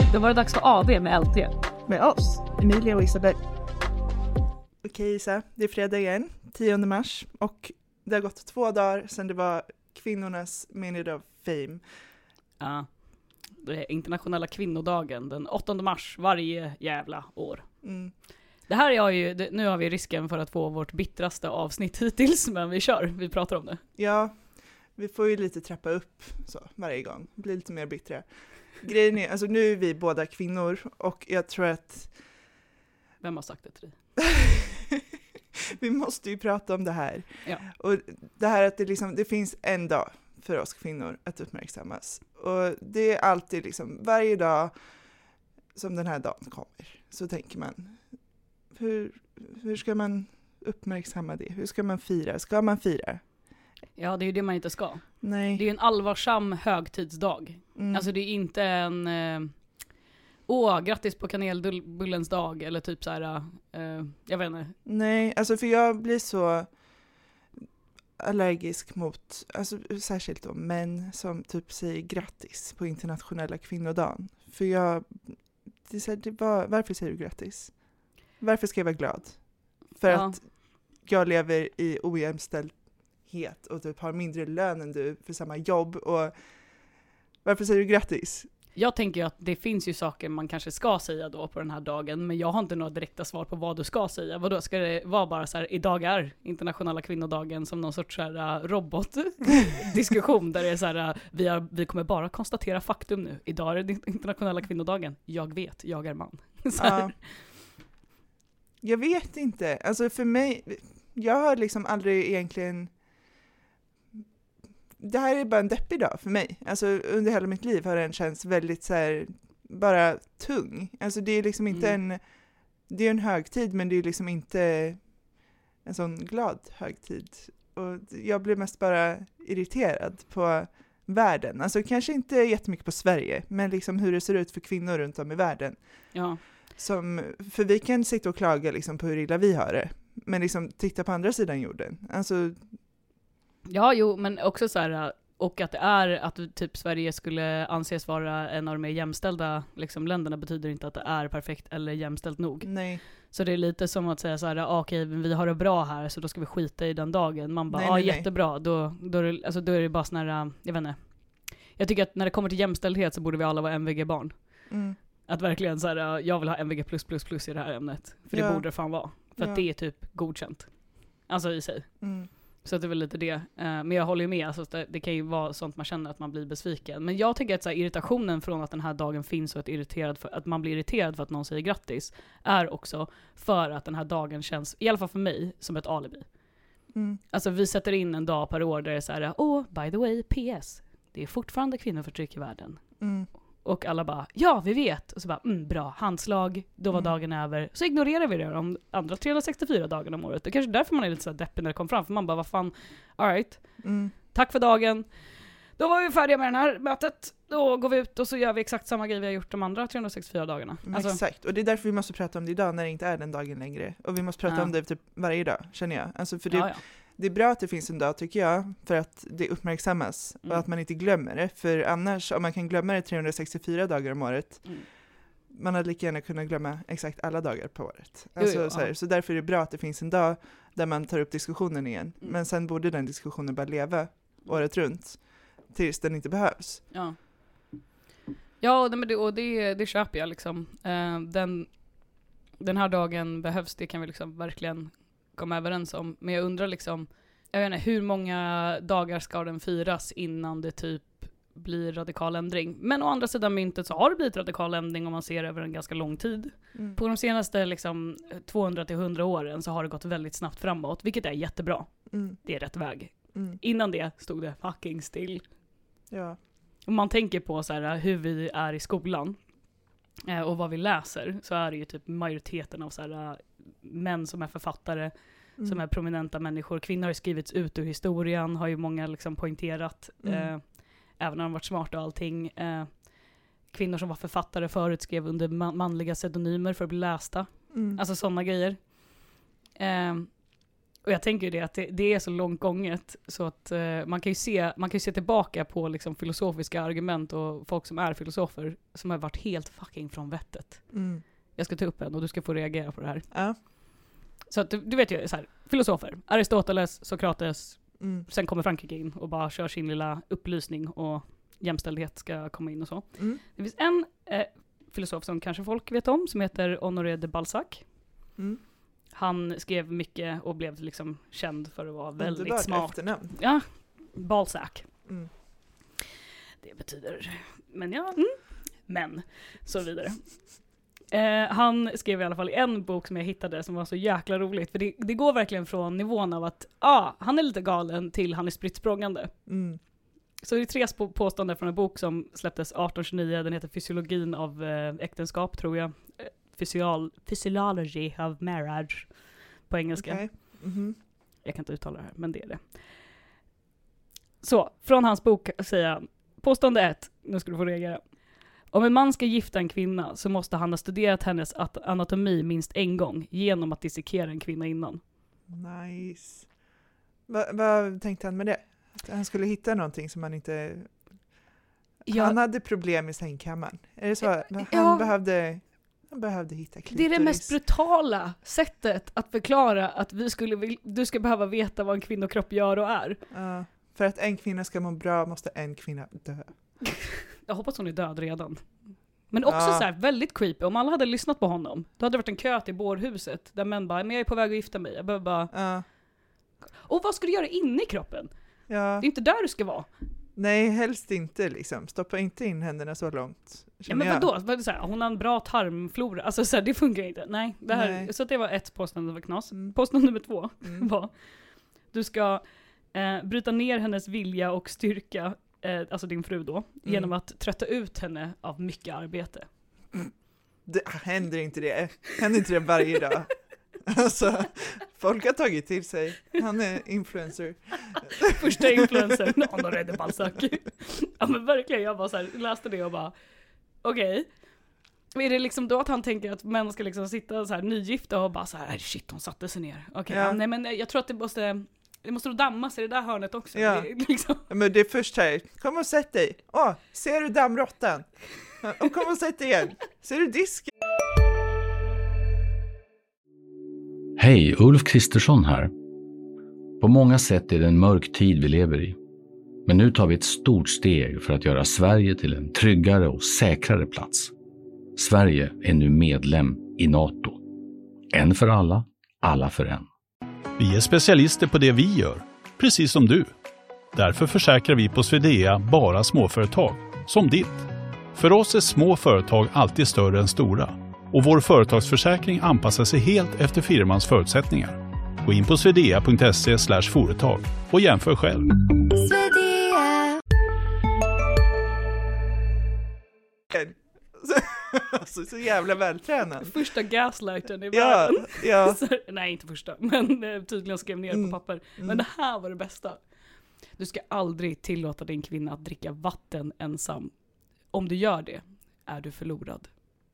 Då var det dags för AV med LT. Med oss, Emilia och Isabel. Okej Isa, det är fredag igen, 10 mars. Och det har gått 2 dagar sedan det var kvinnornas Minute of Fame. Ja, det är internationella kvinnodagen den 8 mars varje jävla år. Mm. Det här är ju, nu har vi risken för att få vårt bittraste avsnitt hittills, men vi pratar om det. Ja, vi får ju lite trappa upp så varje gång, bli lite mer bittra. Grejen är, alltså nu är vi båda kvinnor och jag tror att Vem har sagt det till dig? vi måste ju prata om det här. Ja. Och det här att det finns en dag för oss kvinnor att uppmärksammas. Och det är alltid varje dag som den här dagen kommer så tänker man, hur ska man uppmärksamma det? Hur ska man fira? Ska man fira? Ja, det är ju det man inte ska. Nej. Det är ju en allvarsam högtidsdag. Mm. Alltså det är inte en grattis på kanelbullens dag eller typ så här, jag vet inte. Nej, alltså för jag blir så allergisk mot, alltså särskilt då män som typ säger grattis på internationella kvinnodagen. För varför säger du grattis? Varför ska jag vara glad? För att jag lever i ojämställdhet och typ har mindre lön än du för samma jobb. Och varför säger du grattis? Jag tänker ju att det finns ju saker man kanske ska säga då på den här dagen, men jag har inte några direkta svar på vad du ska säga. Vadå, ska det vara bara så här, idag är internationella kvinnodagen som någon sorts så här robotdiskussion där det är så här, vi kommer bara konstatera faktum nu. Idag är det internationella kvinnodagen. Jag vet, jag är man. Ja. Jag vet inte. Alltså för mig, jag har aldrig egentligen, det här är bara en deppig dag för mig. Alltså under hela mitt liv har den känts väldigt så här, bara tung. Alltså det är inte det är en högtid, men det är inte en sån glad högtid. Och jag blir mest bara irriterad på världen. Alltså kanske inte jättemycket på Sverige, men hur det ser ut för kvinnor runt om i världen. Ja. För vi kan sitta och klaga på hur illa vi har det. Men titta på andra sidan jorden. Alltså. Ja, jo, men också så här, och att det är att typ Sverige skulle anses vara en av de mer jämställda länderna betyder inte att det är perfekt eller jämställt nog. Nej. Så det är lite som att säga så här, okej, vi har det bra här så då ska vi skita i den dagen. Man bara, nej. jättebra. Då är det bara sån här, jag vet inte. Jag tycker att när det kommer till jämställdhet så borde vi alla vara MVG-barn. Mm. Att verkligen så här, jag vill ha MVG++ i det här ämnet. För det borde det fan vara. För att det är typ godkänt. Alltså i sig. Mm. Så att det är väl lite det. Men jag håller ju med. Alltså, det kan ju vara sånt man känner att man blir besviken. Men jag tycker att så här, irritationen från att den här dagen finns och att man blir irriterad för att någon säger grattis är också för att den här dagen känns, i alla fall för mig, som ett alibi. Mm. Alltså vi sätter in en dag per år där det är så här, by the way, PS. Det är fortfarande kvinnoförtryck i världen. Mm. Och alla bara, ja vi vet. Och så bara, bra, handslag, då var dagen över. Så ignorerar vi det de andra 364 dagarna om året. Det är kanske därför man är lite så deppig när det kom fram. För man bara, vad fan, all right. Tack för dagen. Då var vi färdiga med det här mötet. Då går vi ut och så gör vi exakt samma grej vi har gjort de andra 364 dagarna. Alltså. Exakt, och det är därför vi måste prata om det idag när det inte är den dagen längre. Och vi måste prata om det typ varje dag, känner jag. Alltså för det är bra att det finns en dag, tycker jag, för att det uppmärksammas och att man inte glömmer det. För annars, om man kan glömma det 364 dagar om året, man hade lika gärna kunnat glömma exakt alla dagar på året. Alltså, så därför är det bra att det finns en dag där man tar upp diskussionen igen. Men sen borde den diskussionen bara leva året runt tills den inte behövs. Ja. Ja, och det köper jag den här dagen behövs, det kan vi verkligen komma överens om. Men jag undrar jag vet inte, hur många dagar ska den firas innan det typ blir radikal ändring? Men å andra sidan myntet så har det blivit radikal ändring om man ser över en ganska lång tid. På de senaste 200-100 åren så har det gått väldigt snabbt framåt, vilket är jättebra. Det är rätt väg. Innan det stod det fucking still. Ja. Om man tänker på så här, hur vi är i skolan och vad vi läser, så är det ju typ majoriteten av så här, män som är författare, som är prominenta människor. Kvinnor har ju skrivits ut ur historien, har ju många poängterat, även när de varit smarta och allting. Kvinnor som var författare förut skrev under manliga pseudonymer för att bli lästa. Alltså sådana grejer. Och jag tänker ju det att det är så långt gånget så att man kan ju se tillbaka på liksom filosofiska argument och folk som är filosofer som har varit helt fucking från vettet. Jag ska ta upp en och du ska få reagera på det här. Ja. Så att du vet ju så här, filosofer, Aristoteles, Sokrates, sen kommer Frankrike in och bara kör sin lilla upplysning och jämställdhet ska komma in och så. Det finns en filosof som kanske folk vet om som heter Honoré de Balzac. Han skrev mycket och blev liksom känd för att vara väldigt smart. Efternamn. Ja, Balzac. Det betyder, men ja, men så vidare. Han skrev i alla fall en bok som jag hittade som var så jäkla roligt. För det går verkligen från nivån av att han är lite galen till han är spritt språngande. Så det är 3 påståenden från en bok som släpptes 1829. Den heter Fysiologin av äktenskap, tror jag. Physiology of marriage på engelska. Okay. Jag kan inte uttala det här, men det är det. Så, från hans bok säger han, påstående 1, nu ska du få reagera. Om en man ska gifta en kvinna så måste han ha studerat hennes anatomi minst en gång genom att dissekera en kvinna innan. Nice. Vad tänkte han med det? Att han skulle hitta någonting som han inte... Ja. Han hade problem i sängkammaren. Är det så? Han behövde hitta klitoris. Det är det mest brutala sättet att förklara att du ska behöva veta vad en kvinnokropp gör och är. För att en kvinna ska må bra måste en kvinna dö. Jag hoppas hon är död redan. Men också så här, väldigt creepy. Om alla hade lyssnat på honom, då hade det varit en kö till bårhuset där män bara, men jag är på väg att gifta mig. Jag behöver bara... Och vad ska du göra inne i kroppen? Det är inte där du ska vara. Nej, helst inte liksom. Stoppa inte in händerna så långt. Ja, men vadå? Så här, hon har en bra tarmflora. Alltså så här, det funkar inte. Nej, det här. Nej. Så det var ett påstående var knas. Påstående nummer 2 var, du ska bryta ner hennes vilja och styrka, alltså din fru då, genom att trötta ut henne av mycket arbete. Det händer inte det. Händer inte det varje dag. Alltså, folk har tagit till sig. Han är influencer. Första influencer. Honoré de Balzac. Ja men verkligen, jag bara så här, läste det och bara okej. Är det liksom då att han tänker att män ska liksom sitta så här nygifta och bara så här, shit, hon satte sig ner. Okej, nej men jag tror att det måste nog dammas i det där hörnet också. Ja. Liksom. Men det är först här, kom och sätt dig. Ser du dammråttan? Och kom och sätt dig igen. Ser du disken? Hej, Ulf Kristersson här. På många sätt är det en mörk tid vi lever i. Men nu tar vi ett stort steg för att göra Sverige till en tryggare och säkrare plats. Sverige är nu medlem i NATO. En för alla, alla för en. Vi är specialister på det vi gör, precis som du. Därför försäkrar vi på Swedea bara småföretag, som ditt. För oss är små företag alltid större än stora. Och vår företagsförsäkring anpassar sig helt efter firmans förutsättningar. Gå in på swedea.se/företag och jämför själv. Så jävla vältränad. Första gaslightern i världen. Ja. Nej, inte första, men tydligen skrev ner på papper. Men det här var det bästa. Du ska aldrig tillåta din kvinna att dricka vatten ensam. Om du gör det är du förlorad.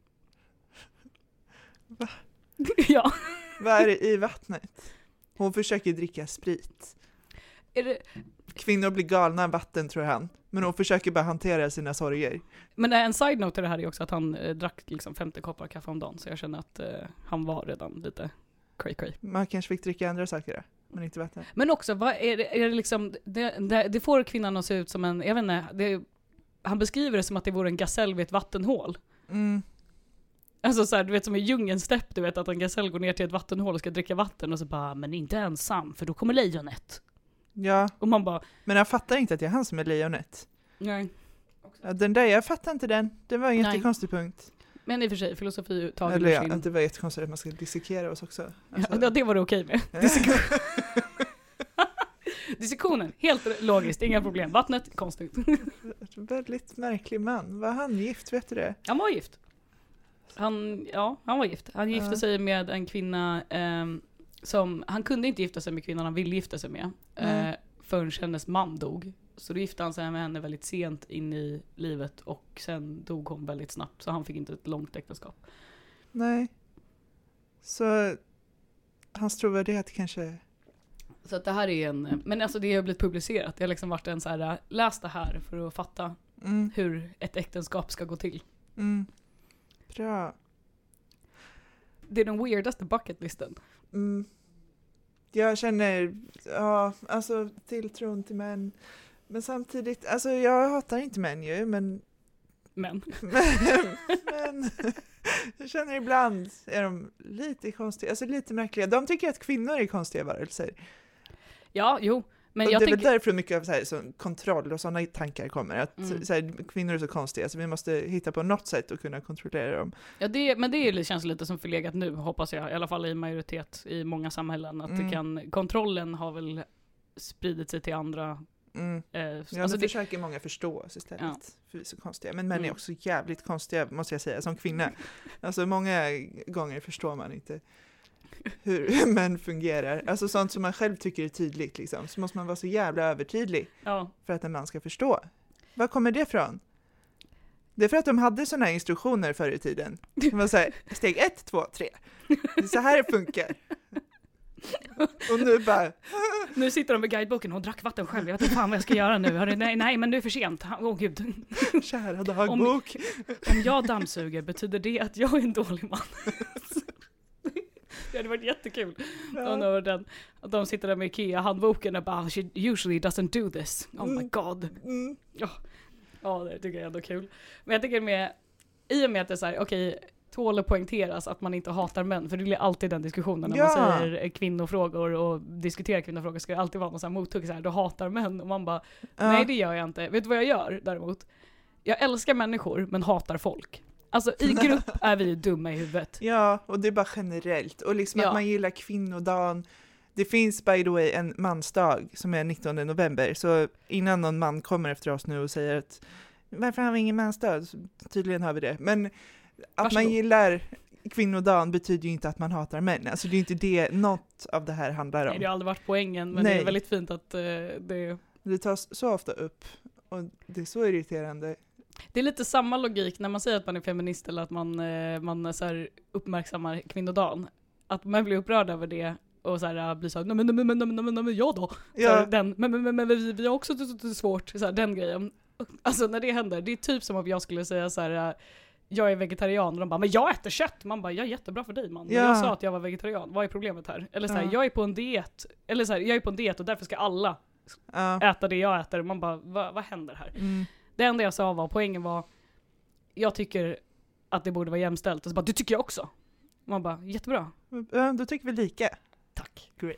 Va? Ja. Vad är det i vattnet? Hon försöker dricka sprit. Kvinnor blir galna av vatten, tror han. Men hon försöker bara hantera sina sorger. Men en side note till det här är också att han drack liksom 50 koppar kaffe om dagen. Så jag känner att han var redan lite cray-cray. Man kanske fick dricka andra saker då, men inte vatten. Men också, vad är det liksom... Det får kvinnan att se ut som en... Jag vet inte, han beskriver det som att det vore en gasell vid ett vattenhål. Alltså så här, du vet som i djungelns stepp, du vet att en gasell går ner till ett vattenhål och ska dricka vatten och så bara, men inte ensam, för då kommer lejonet. Ja, och man bara, men jag fattar inte att det är han som är lejonet. Nej. Ja, den där, jag fattar inte den. Det var en jättekonstig punkt. Men i och för sig, filosofi taget. Eller ja, det var jättekonstigt att man ska dissekera oss också. Alltså. Ja, det var det okej med. Dissektionen, helt logiskt, inga problem. Vattnet, konstigt. Väldigt märklig man. Var han gift, vet du det? Han var gift. Han var gift. Han gifte sig med en kvinna som... Han kunde inte gifta sig med kvinnan han ville gifta sig med. Förrän hennes man dog. Så då gifte han sig med henne väldigt sent in i livet. Och sen dog hon väldigt snabbt. Så han fick inte ett långt äktenskap. Nej. Så hans trovärdighet kanske Så att det här är men alltså det har blivit publicerat. Det har liksom varit en så här, läs det här för att fatta hur ett äktenskap ska gå till. Bra. Det är den weirdaste bucketlisten. Jag känner, alltså tilltron till män. Men samtidigt, alltså jag hatar inte män ju, men jag känner ibland är de lite konstiga, alltså lite märkliga. De tycker att kvinnor är konstiga varelser. Ja, jo. Men och jag det är väl därför mycket av så här, så kontroll och sådana tankar kommer. Att så här, kvinnor är så konstiga, så vi måste hitta på något sätt att kunna kontrollera dem. Ja, men det känns lite som förlegat nu, hoppas jag. I alla fall i majoritet i många samhällen. Att kontrollen har väl spridit sig till andra. Alltså det försöker många förstå oss istället. Ja. För vi är så konstiga. Men män är också jävligt konstiga, måste jag säga, som kvinna. Alltså många gånger förstår man inte hur män fungerar. Alltså sånt som man själv tycker är tydligt liksom. Så måste man vara så jävla övertydlig för att en man ska förstå. Var kommer det ifrån? Det är för att de hade såna här instruktioner förr i tiden. Det var så här, steg 1, 2, 3. Det är så här det funkar. Och nu bara... Nu sitter de med guideboken och drack vatten själv. Jag vet inte fan vad jag ska göra nu. Nej, men nu är för sent. Gud. Kära dagbok. Om jag dammsuger, betyder det att jag är en dålig man? Det hade varit jättekul. Att de sitter där med IKEA-handboken och bara, she usually doesn't do this. Oh my god. Ja, det tycker jag är ändå kul. Men jag tycker i och med att det är så här, okej, tål att poängteras att man inte hatar män, för det blir alltid den diskussionen när man säger kvinnofrågor och diskuterar kvinnofrågor, ska det alltid vara någon sån här mothugg så här, du hatar män, och man bara, nej det gör jag inte. Vet du vad jag gör däremot? Jag älskar människor men hatar folk. Alltså i grupp är vi dumma i huvudet. Ja, och det är bara generellt. Och liksom att man gillar kvinnodagen. Det finns by the way en mansdag som är 19 november. Så innan någon man kommer efter oss nu och säger att varför har vi ingen mansdag? Så tydligen har vi det. Men att man gillar kvinnodagen betyder ju inte att man hatar män. Alltså det är inte det något av det här handlar om. Nej, det har aldrig varit poängen, men det är väldigt fint att det tas så ofta upp. Och det är så irriterande. Det är lite samma logik när man säger att man är feminist eller att man så här uppmärksammar kvinnodagen. Att man blir upprörd över det och så här blir så här, men jag då? Ja. Så här, men vi har också det svårt, så här, den grejen. Alltså när det händer, det är typ som om jag skulle säga så här, jag är vegetarian och de bara, men jag äter kött. Man bara, jag är jättebra för dig man. Men jag sa att jag var vegetarian, vad är problemet här? Eller så här, jag är på en diet. Eller så här, jag är på en diet och därför ska alla äta det jag äter. Man bara, vad händer här? Det enda jag sa var, poängen var, jag tycker att det borde vara jämställt. Och så bara, du tycker jag också. Man bara, jättebra. Då tycker vi lika. Tack. Great.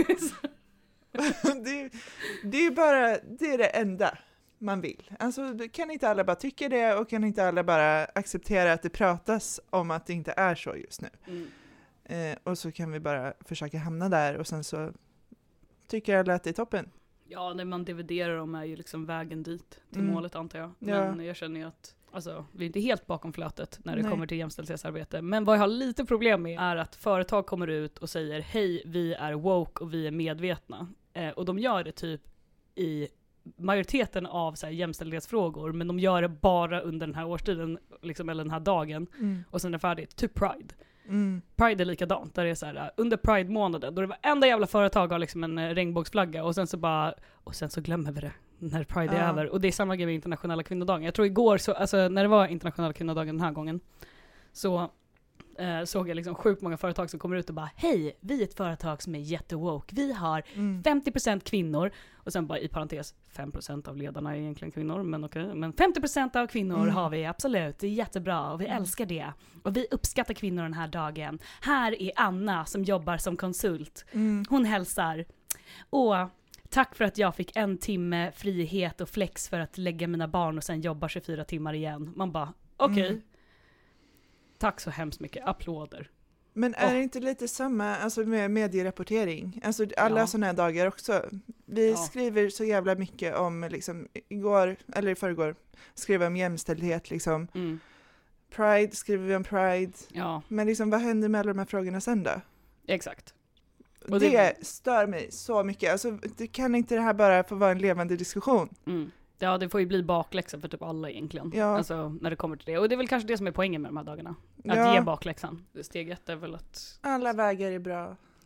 det är bara, det är det enda man vill. Alltså kan inte alla bara tycka det, och kan inte alla bara acceptera att det pratas om att det inte är så just nu. Och så kan vi bara försöka hamna där, och sen så tycker alla att det är toppen. Ja, när man dividerar dem är ju liksom vägen dit till målet, antar jag. Men jag känner ju att vi är inte helt bakom flötet när det kommer till jämställdhetsarbete. Men vad jag har lite problem med är att företag kommer ut och säger, hej, vi är woke och vi är medvetna. Och de gör det typ i majoriteten av så här jämställdhetsfrågor, men de gör det bara under den här årstiden liksom, eller den här dagen, och sen är det färdigt. Typ Pride. Pride är likadant, där det är så här, under Pride-månaden, då det var enda jävla företag har liksom en regnbågsflagga, och sen så glömmer vi det när Pride är över. Och det är samma grej med internationella kvinnodagen. Jag tror igår, alltså när det var internationella kvinnodagen den här gången, så såg jag liksom sjukt många företag som kommer ut och bara, hej, vi är ett företag som är jättewoke. Vi har 50% kvinnor, och sen bara i parentes 5% av ledarna är egentligen kvinnor, men okej. Men 50% av kvinnor har vi, absolut. Det är jättebra och vi älskar det. Och vi uppskattar kvinnor den här dagen. Här är Anna som jobbar som konsult. Hon hälsar. Och tack för att jag fick 1 timme frihet och flex för att lägga mina barn och sen jobba 24 timmar igen. Man bara, okej. Tack så hemskt mycket. Applåder. Men är det inte lite samma alltså med medierapportering? Alltså alla sådana här dagar också. Vi skriver så jävla mycket om, liksom, igår, eller i förrgår, skrev vi om jämställdhet, liksom. Pride skriver vi om Pride. Ja. Men liksom, vad händer med alla de här frågorna sen då? Exakt. Och det stör mig så mycket. Alltså, kan inte det här bara få vara en levande diskussion? Ja, det får ju bli bakläxa för typ alla egentligen. Ja. Alltså när det kommer till det. Och det är väl kanske det som är poängen med de här dagarna. Att ge bakläxan. Steget är väl att... alla vägar är bra.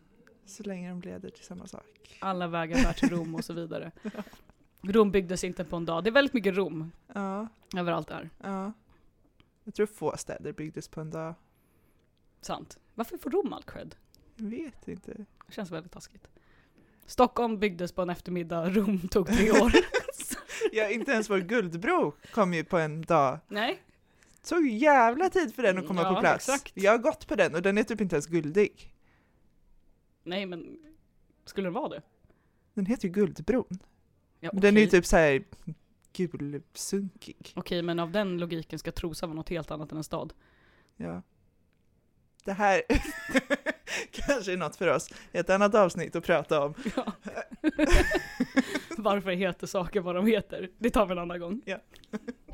Så länge de leder till samma sak. Alla vägar bär till Rom och så vidare. Rom byggdes inte på en dag. Det är väldigt mycket Rom. Ja. Överallt där. Ja. Jag tror få städer byggdes på en dag. Sant. Varför får Rom all cred? Jag vet inte. Det känns väldigt taskigt. Stockholm byggdes på en eftermiddag. Rom tog 3 år. Ja, inte ens vår guldbro kom ju på en dag. Nej. Det tog jävla tid för den att komma på plats. Exakt. Jag har gått på den och den är typ inte ens guldig. Nej, men skulle den vara det? Den heter ju Guldbron. Ja, den är ju typ så här gulsunkig. Okej, men av den logiken ska Trosa vara något helt annat än en stad. Ja. Det här kanske är något för oss. Ett annat avsnitt att prata om. Ja. Varför heter saker vad de heter? Det tar vi en annan gång. Ja.